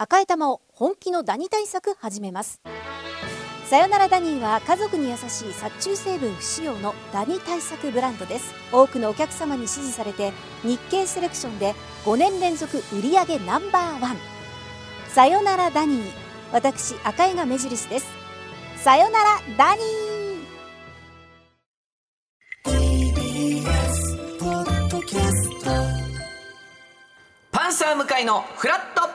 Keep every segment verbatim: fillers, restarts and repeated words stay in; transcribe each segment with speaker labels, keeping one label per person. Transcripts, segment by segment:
Speaker 1: 赤い玉を本気のダニ対策始めます。さよならダニーは家族に優しい殺虫成分不使用のダニ対策ブランドです。多くのお客様に支持されて日経セレクションでごねん連続売上ナンバーワン。さよならダニー、私赤井が目印です。さよならダニー。
Speaker 2: パンサー向井のフラット。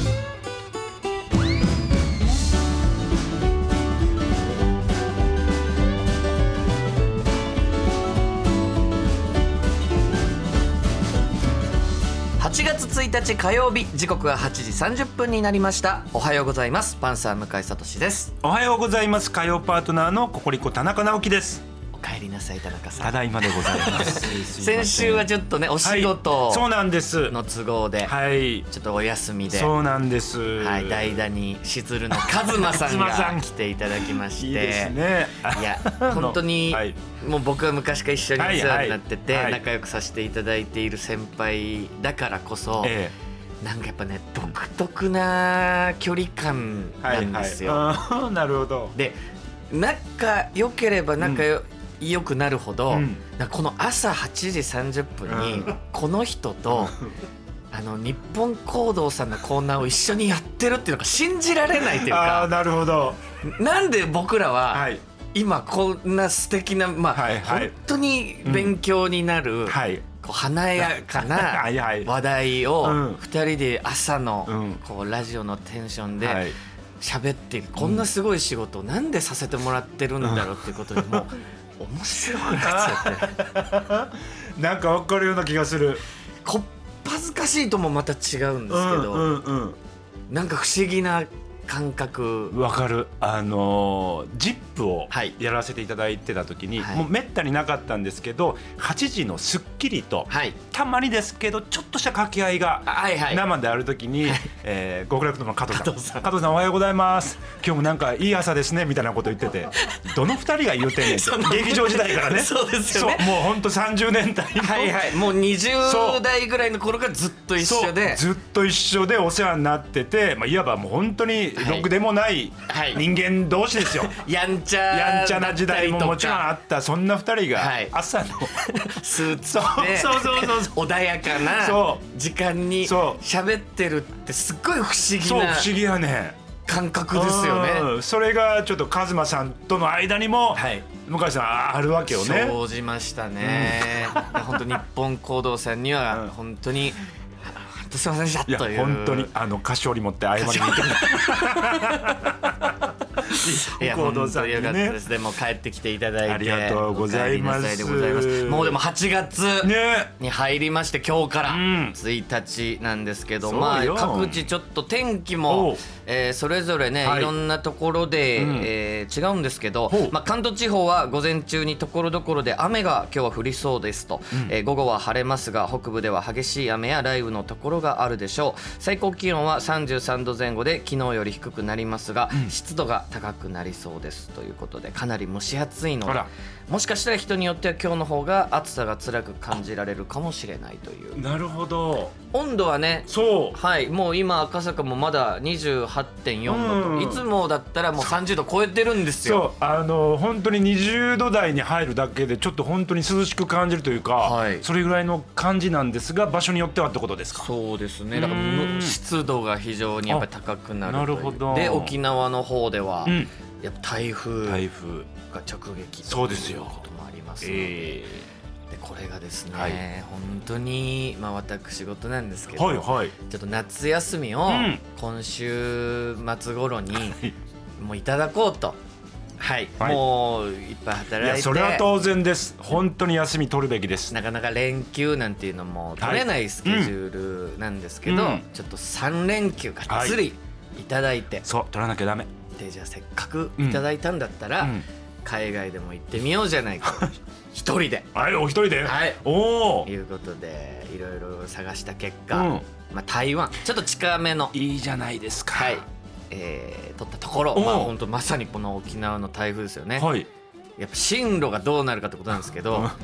Speaker 2: はちがつついたち火曜日、時刻ははちじさんじゅっぷんになりました。おはようございます。パンサー向井聡です。
Speaker 3: おはようございます。火曜パートナーのココリコ田中直樹です。
Speaker 2: お帰りなさい田中さん。
Speaker 3: ただいまでございます
Speaker 2: 先週はちょっとねお仕事、はい、
Speaker 3: そうなんです
Speaker 2: の都合で、はい、ちょっとお休みで、
Speaker 3: そうなんです、
Speaker 2: はい、代打にしずるのカズマさんが来ていただきまして、いいですね。いや本当に、はい、もう僕は昔から一緒にお世話になってて、はいはい、仲良くさせていただいている先輩だからこそ、ええ、なんかやっぱね独特な距離感なんですよ、
Speaker 3: はいはい、なるほど。
Speaker 2: で仲良ければ仲良、うん良くなるほど、うん、この朝はちじさんじゅっぷんにこの人とあの日本行動さんのコーナーを一緒にやってるっていうのが信じられないというか、
Speaker 3: あ、なるほど。
Speaker 2: なんで僕らは今こんな素敵な、まあはいはい、本当に勉強になる、うん、はい、こう華やかな話題をふたりで朝のこうラジオのテンションで喋っている、こんなすごい仕事をなんでさせてもらってるんだろうっていうことにも面白くなっちゃって
Speaker 3: なんか分かるような気がする。
Speaker 2: こっぱずかしいともまた違うんですけど、うんうんうん、なんか不思議な感覚。
Speaker 3: 分かる。あのー、ジップをやらせていただいてた時に、はい、もうめったになかったんですけどはちじのスッキリと、はい、たまにですけどちょっとした掛け合いが生である時に、はいはい、えー、極楽の加藤さん加藤さん加藤さんおはようございます、今日もなんかいい朝ですねみたいなこと言っててどのふたりが言うてんねんって劇場時代からね
Speaker 2: そうですよね。
Speaker 3: そうもうほんとさんじゅうねんだいの
Speaker 2: はいはい、もうにじゅうだいぐらいの頃からずっと一緒で
Speaker 3: ずっと一緒でお世話になってて、まあ、いわばもう本当にろくでもない人間同士ですよ、はい、
Speaker 2: やんちゃ
Speaker 3: やんちゃな時代ももちろんあった。そんなふたりが朝の、はい、
Speaker 2: スーツでそうそうそうそう穏やかな時間に喋ってるってすっごい不思議な、
Speaker 3: そう不思議やね
Speaker 2: 感覚ですよね。
Speaker 3: それがちょっとカズマさんとの間にも、はい、向井さんあるわけよね。
Speaker 2: 生じましたね、うん、本当日本行動さんには本当に、うん、本当すいませんでしたという。
Speaker 3: いや本当にあの菓子折り持って謝りに行って
Speaker 2: いや本当によかったです。でも帰ってきていただいて
Speaker 3: ありがとうございます。
Speaker 2: でございます。もうでもはちがつに入りまして、今日からついたちなんですけど、うん、まあ各地ちょっと天気も、えー、それぞれね、はい、いろんなところで、うん、えー、違うんですけど、まあ、関東地方は午前中にところどころで雨が今日は降りそうですと、うん、えー、午後は晴れますが北部では激しい雨や雷雨のところがあるでしょう。最高気温はさんじゅうさんどぜん後で昨日より低くなりますが、うん、湿度が高くなりそうですということで、かなり蒸し暑いのでもしかしたら人によっては今日の方が暑さが辛く感じられるかもしれないという。
Speaker 3: なるほど。
Speaker 2: 温度はね、そう、はい、もう今赤坂もまだ にじゅうはってんよんどと、うん、いつもだったらもうさんじゅうど超えてるんですよ。
Speaker 3: そう、あの本当ににじゅうど台に入るだけでちょっと本当に涼しく感じるというか、はい、それぐらいの感じなんですが、場所によってはってことですか。
Speaker 2: そうですね、だから湿度が非常にやっぱり高くなるという。なるほど。で沖縄の方では、うん、やっぱ台風が直撃ということもありますので、えー、でこれがですね、はい、本当に、まあ、私事なんですけど、はいはい、ちょっと夏休みを今週末頃にもういただこうと、はいはい、もういっぱい働いて、いや
Speaker 3: それは当然です。本当に休み取るべきです。
Speaker 2: なかなか連休なんていうのも取れないスケジュールなんですけど、はい、うん、ちょっとさんれんきゅうがっつりいただいて、はい、
Speaker 3: そう取らなきゃダメ
Speaker 2: で、じゃあせっかくいただいたんだったら、うん、海外でも行ってみようじゃないか一人で、
Speaker 3: はい、お一人で、
Speaker 2: はい、おーいうことでいろいろ探した結果、うん、まあ、台湾ちょっと近めの
Speaker 3: いいじゃないですか、
Speaker 2: はい、えー、取ったところ、まあ、本当まさにこの沖縄の台風ですよね、はい、やっぱ進路がどうなるかってことなんですけど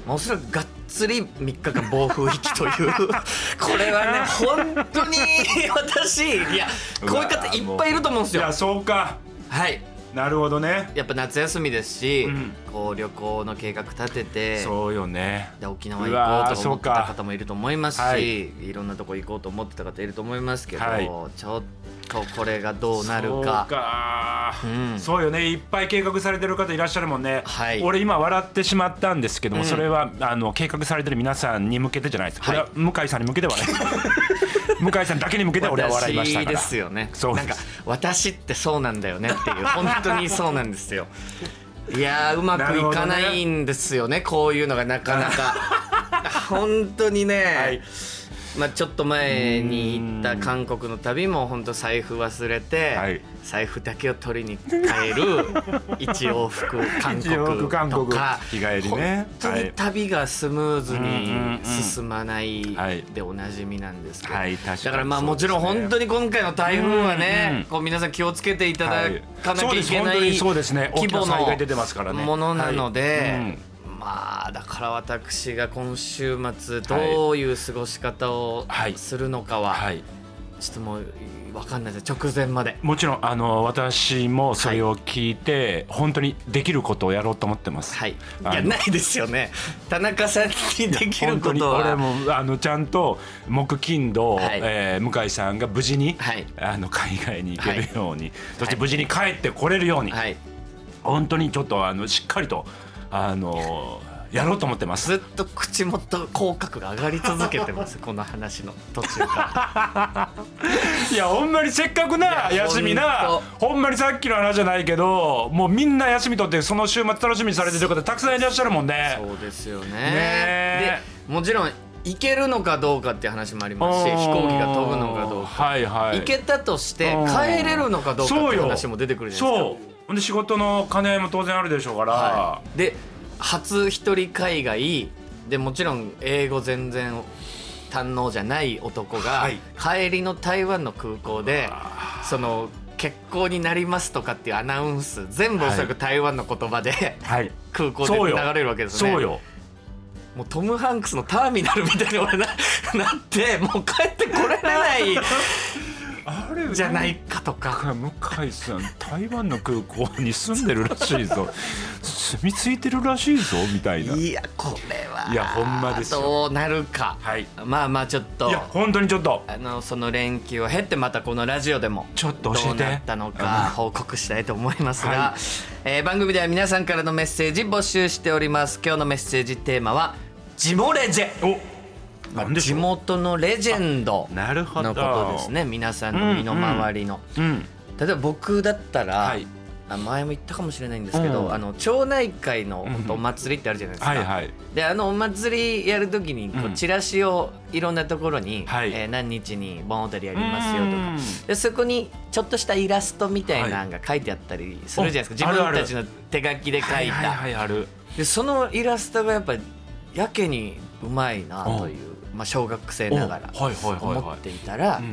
Speaker 2: まあ、おそらくがっつりみっかかん暴風域というこれはね本当に私いやこういう方いっぱいいると思うんですよ。
Speaker 3: いやそうか、
Speaker 2: はい、
Speaker 3: なるほどね。
Speaker 2: やっぱ夏休みですし、うん、こう旅行の計画立てて、
Speaker 3: そうよね、
Speaker 2: で沖縄行こうと思ってた方もいると思いますし、はい、いろんなとこ行こうと思ってた方いると思いますけど、はい、ちょっとこれがどうなるか。
Speaker 3: そうか、うん、そうよね、いっぱい計画されてる方いらっしゃるもんね、はい、俺今笑ってしまったんですけども、うん、それはあの計画されてる皆さんに向けてじゃないです、はい、これは向井さんに向けてはね向井さんだけに向けて俺は笑いましたから。
Speaker 2: 私ですよね。そうです。なんか私ってそうなんだよねっていう本当にそうなんですよ。いやうまくいかないんですよ ね, ねこういうのがなかなか本当にね、はい、まあ、ちょっと前に行った韓国の旅も本当財布忘れて、はい、財布だけを取りに帰る一往復韓国とか
Speaker 3: 日帰りね、
Speaker 2: 本当に旅がスムーズに進まないでおなじみなんですけど、はいはい、だからまあもちろん本当に今回の台風はね、こう皆さん気をつけていただかなきゃいけない規模のものなので、まあだから私が今週末どういう過ごし方をするのかはちょっともう分かんないです、直前まで。
Speaker 3: もちろんあの私もそれを聞いて、はい、本当にできることをやろうと思ってます。
Speaker 2: はい、いやないですよね、田中さんにできることは。
Speaker 3: 俺もあのちゃんと木金土、はい、えー、向井さんが無事に、はい、あの海外に行けるように、はい、そして無事に帰ってこれるように、はい、本当にちょっとあのしっかりとあのやろうと思ってます。
Speaker 2: ずっと口元口角が上がり続けてますこの話の途中から
Speaker 3: いやほんまにせっかくな休みな、ほんまにさっきの話じゃないけど、もうみんな休み取ってその週末楽しみにされてる方たくさんいらっしゃるもんね。
Speaker 2: そうですよ ね, ねでもちろん行けるのかどうかっていう話もありますし、飛行機が飛ぶのかどうか、はいはい、行けたとして帰れるのかどうかっていう話も出てくるじゃないですか。
Speaker 3: そうで仕事の兼ね合いも当然あるでしょうから、は
Speaker 2: い、で初一人海外でもちろん英語全然堪能じゃない男が、はい、帰りの台湾の空港でその結婚になりますとかっていうアナウンス全部おそらく台湾の言葉で、はい、空港で流れるわけですね。
Speaker 3: そうよ、
Speaker 2: もうトム・ハンクスのターミナルみたいに俺 な, なってもう帰ってこれないあれじゃないかとか。
Speaker 3: 向井さん台湾の空港に住んでるらしいぞ住み着いてるらしいぞみたいな。
Speaker 2: いやこれはい
Speaker 3: やほんまですよ、
Speaker 2: どうなるか、はい、まあまあちょっと
Speaker 3: いや本当にちょっと
Speaker 2: あのその連休を経てまたこのラジオでも
Speaker 3: ちょっと教えて
Speaker 2: どうなったのか報告したいと思いますが、はい、えー、番組では皆さんからのメッセージ募集しております。今日のメッセージテーマはジモレジェ。お地元のレジェンドのことですね。皆さんの身の回りの、うんうん、例えば僕だったら、はい、前も言ったかもしれないんですけど、うん、あの町内会のお祭りってあるじゃないですか、うんはいはい、であのお祭りやるときにこうチラシをいろんなところに、うん、えー、何日に盆踊りやりますよとか、うん、でそこにちょっとしたイラストみたいなのが書いてあったりするじゃないですか、自分たちの手書きで書いた。でそのイラストがやっぱりやけにうまいなという、まあ、小学生ながら思っていたら、あの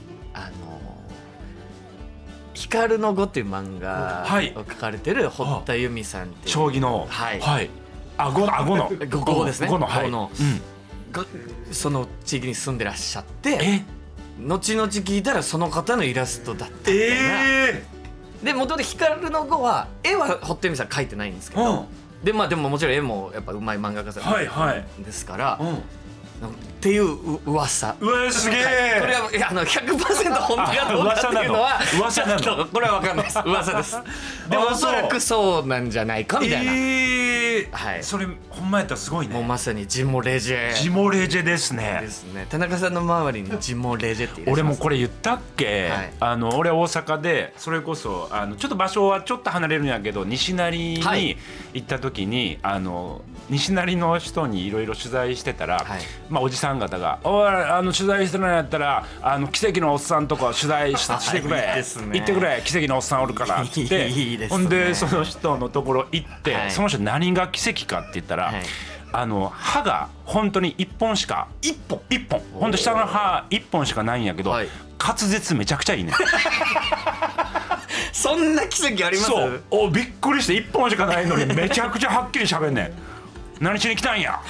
Speaker 2: 光の碁っていう漫画を描かれてる堀田由美さんっていう、
Speaker 3: 将棋の、はいはい、あ碁の碁の
Speaker 2: 碁ですね、
Speaker 3: 碁の、はい、
Speaker 2: の、うん、がその地域に住んでらっしゃって、後々聞いたらその方のイラストだったみたいな、えー、で元々光の碁は絵は堀田由美さん描いてないんですけど、でまあでももちろん絵もやっぱうまい漫画家さんですから、はいはい、っていう噂。
Speaker 3: うわすげえ。
Speaker 2: これはいやあの ひゃくパーセント 本当かどうかっていうのは
Speaker 3: 噂なの。
Speaker 2: これは分かんないです。噂です。でもおそらくそうなんじゃないかみたいな。えー、
Speaker 3: はい。それほんまやったらすごいね。
Speaker 2: もうまさにジモレジェ。
Speaker 3: ジモレジェですね。
Speaker 2: ですね。田中さんの周りにジモレジェっていらっしゃいます。
Speaker 3: 俺もこれ言ったっけ？はい、あの俺大阪でそれこそあのちょっと場所はちょっと離れるんやけど西成に行った時に、はい、あの西成の人にいろいろ取材してたら、はい、まあおじさん方がおいあの取材してるんやったらあの奇跡のおっさんとか取材 し, してくれいい、ね、行ってくれ奇跡のおっさんおるからって言っていいです、ね、ほんでその人のところ行って、はい、その人何が奇跡かって言ったら、はい、あの歯が本当にいっぽんしかいっぽんいっぽん本当下の歯いっぽんしかないんやけど、はい、滑舌めちゃくちゃいいね
Speaker 2: そんな奇跡あります？
Speaker 3: そうおびっくりしていっぽんしかないのにめちゃくちゃはっきり喋んねん何しに来たんや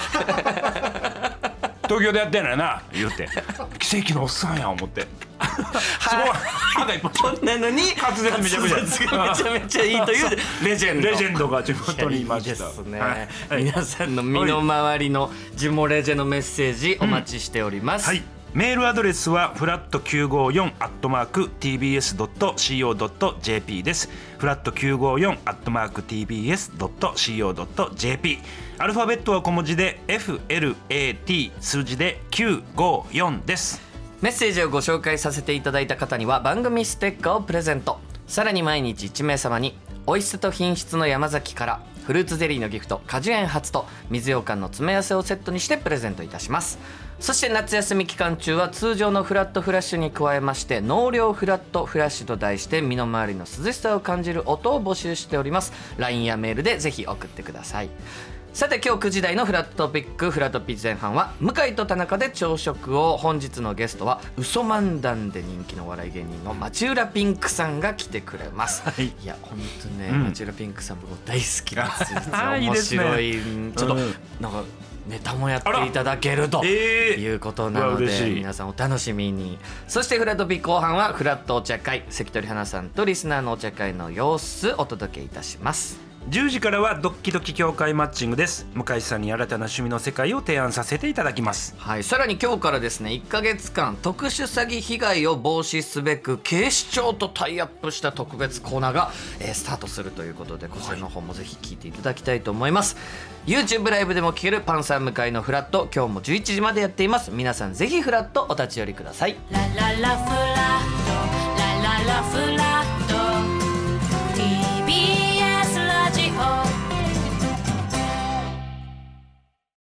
Speaker 3: 東京でやってんのやな言うて奇跡のおっさんや思ってすごいなんかいっぱい
Speaker 2: そんなのに
Speaker 3: 滑舌めちゃめちゃ
Speaker 2: 滑舌がめちゃめちゃいいというレジェンド
Speaker 3: レジェンドが地元にいました。
Speaker 2: いいですね、
Speaker 3: はいはい、
Speaker 2: 皆さんの身の回りのジモレジェのメッセージお待ちしております、
Speaker 3: うんはい、メールアドレスはフラットきゅうごよんアットマーク ティービーエスドットシーオードットジェーピー です。フラットきゅうごよんアットマーク ティービーエスドットシーオードットジェーピー、 アルファベットは小文字で エフエルエーティー 数字できゅうごよんです。
Speaker 2: メッセージをご紹介させていただいた方には番組ステッカーをプレゼント。さらに毎日いち名様に美味しさと品質の山崎からフルーツゼリーのギフト果樹園初と水羊羹の詰め合わせをセットにしてプレゼントいたします。そして夏休み期間中は通常のフラットフラッシュに加えまして納涼フラットフラッシュと題して身の回りの涼しさを感じる音を募集しております。 ライン やメールでぜひ送ってください。さて今日くじ台のフラットトピックフラットピッチ前半は向井と田中で朝食を。本日のゲストは嘘漫談で人気の笑い芸人の町浦ピンクさんが来てくれます、はい、いや本当ね、うん、町浦ピンクさん僕大好きなんですよ面白い、ね、ちょっと、うん、なんかネタもやっていただけるということなので、えー、皆さんお楽しみに。そしてフラットピ後半はフラットお茶会、関取花さんとリスナーのお茶会の様子お届けいたします。
Speaker 3: じゅうじからはドッキドキ協会マッチングです。向井さんに新たな趣味の世界を提案させていただきます、
Speaker 2: はい、さらに今日からですねいっかげつかん特殊詐欺被害を防止すべく警視庁とタイアップした特別コーナーが、えー、スタートするということでこちらの方もぜひ聞いていただきたいと思います、はい、YouTube ライブでも聞けるパンサー向井のフラット今日もじゅういちじまでやっています。皆さんぜひフラットお立ち寄りください。ラララフラットラララフラット